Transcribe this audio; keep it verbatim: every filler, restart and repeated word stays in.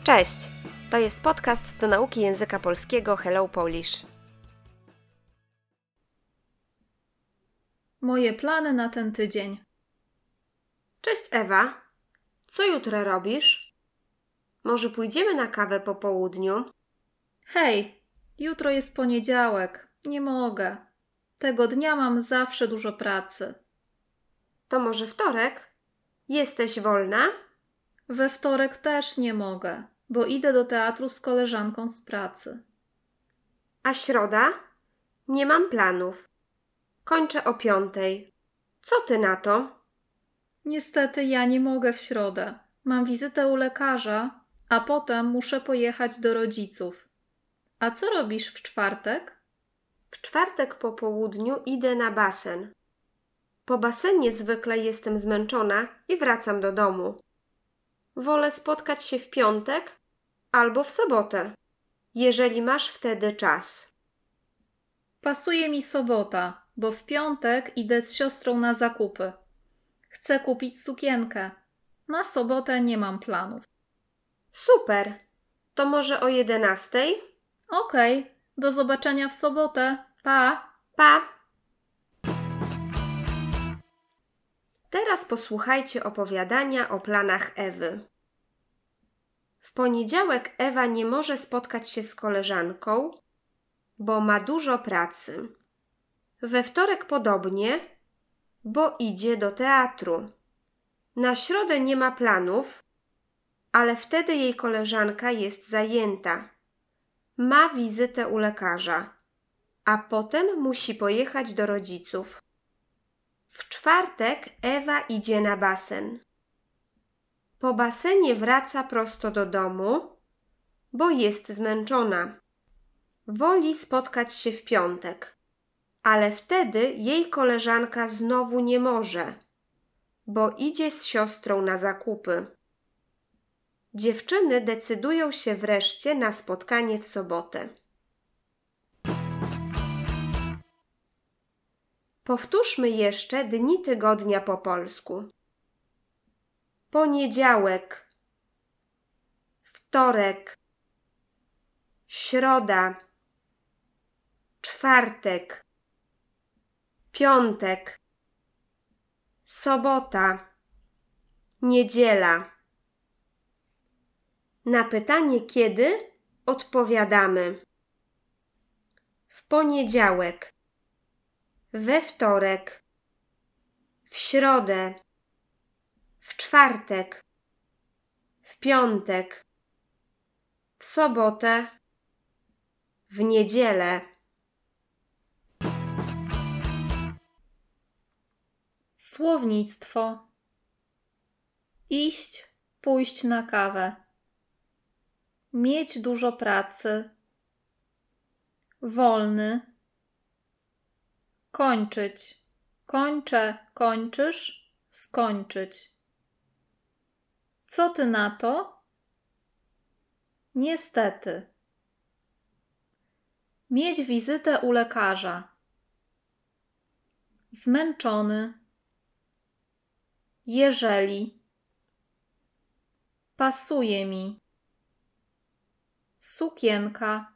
Cześć! To jest podcast do nauki języka polskiego Hello Polish. Moje plany na ten tydzień. Cześć Ewa, co jutro robisz? Może pójdziemy na kawę po południu? Hej, jutro jest poniedziałek. Nie mogę. Tego dnia mam zawsze dużo pracy. To może wtorek? Jesteś wolna? We wtorek też nie mogę, bo idę do teatru z koleżanką z pracy. A środa? Nie mam planów. Kończę o piątej. Co ty na to? Niestety ja nie mogę w środę. Mam wizytę u lekarza, a potem muszę pojechać do rodziców. A co robisz w czwartek? W czwartek po południu idę na basen. Po basenie zwykle jestem zmęczona i wracam do domu. Wolę spotkać się w piątek albo w sobotę, jeżeli masz wtedy czas. Pasuje mi sobota, bo w piątek idę z siostrą na zakupy. Chcę kupić sukienkę. Na sobotę nie mam planów. Super! To może o jedenastej? Okej, do zobaczenia w sobotę. Pa! Pa! Teraz posłuchajcie opowiadania o planach Ewy. W poniedziałek Ewa nie może spotkać się z koleżanką, bo ma dużo pracy. We wtorek podobnie, bo idzie do teatru. Na środę nie ma planów, ale wtedy jej koleżanka jest zajęta. Ma wizytę u lekarza, a potem musi pojechać do rodziców. W czwartek Ewa idzie na basen. Po basenie wraca prosto do domu, bo jest zmęczona. Woli spotkać się w piątek, ale wtedy jej koleżanka znowu nie może, bo idzie z siostrą na zakupy. Dziewczyny decydują się wreszcie na spotkanie w sobotę. Powtórzmy jeszcze dni tygodnia po polsku. Poniedziałek, wtorek, środa, czwartek, piątek, sobota, niedziela. Na pytanie kiedy odpowiadamy: w poniedziałek, we wtorek, w środę, w czwartek, w piątek, w sobotę, w niedzielę. Słownictwo. Iść, pójść na kawę. Mieć dużo pracy. Wolny. Kończyć. Kończę, kończysz, skończyć. Co ty na to? Niestety. Mieć wizytę u lekarza. Zmęczony. Jeżeli. Pasuje mi. Sukienka.